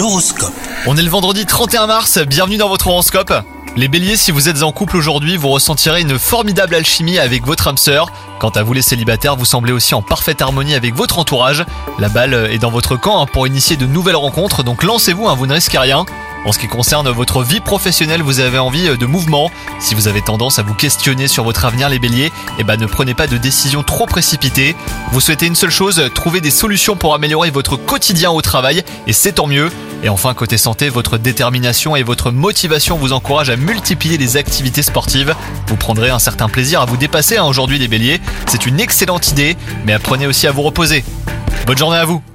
L'horoscope. On est le vendredi 31 mars, bienvenue dans votre horoscope. Les béliers, si vous êtes en couple aujourd'hui, vous ressentirez une formidable alchimie avec votre âme sœur. Quant à vous les célibataires, vous semblez aussi en parfaite harmonie avec votre entourage. La balle est dans votre camp pour initier de nouvelles rencontres, donc lancez-vous, vous ne risquez rien. En ce qui concerne votre vie professionnelle, vous avez envie de mouvement. Si vous avez tendance à vous questionner sur votre avenir les béliers, ne prenez pas de décisions trop précipitées. Vous souhaitez une seule chose, trouver des solutions pour améliorer votre quotidien au travail, et c'est tant mieux. Et enfin, côté santé, votre détermination et votre motivation vous encouragent à multiplier les activités sportives. Vous prendrez un certain plaisir à vous dépasser aujourd'hui les béliers. C'est une excellente idée, mais apprenez aussi à vous reposer. Bonne journée à vous!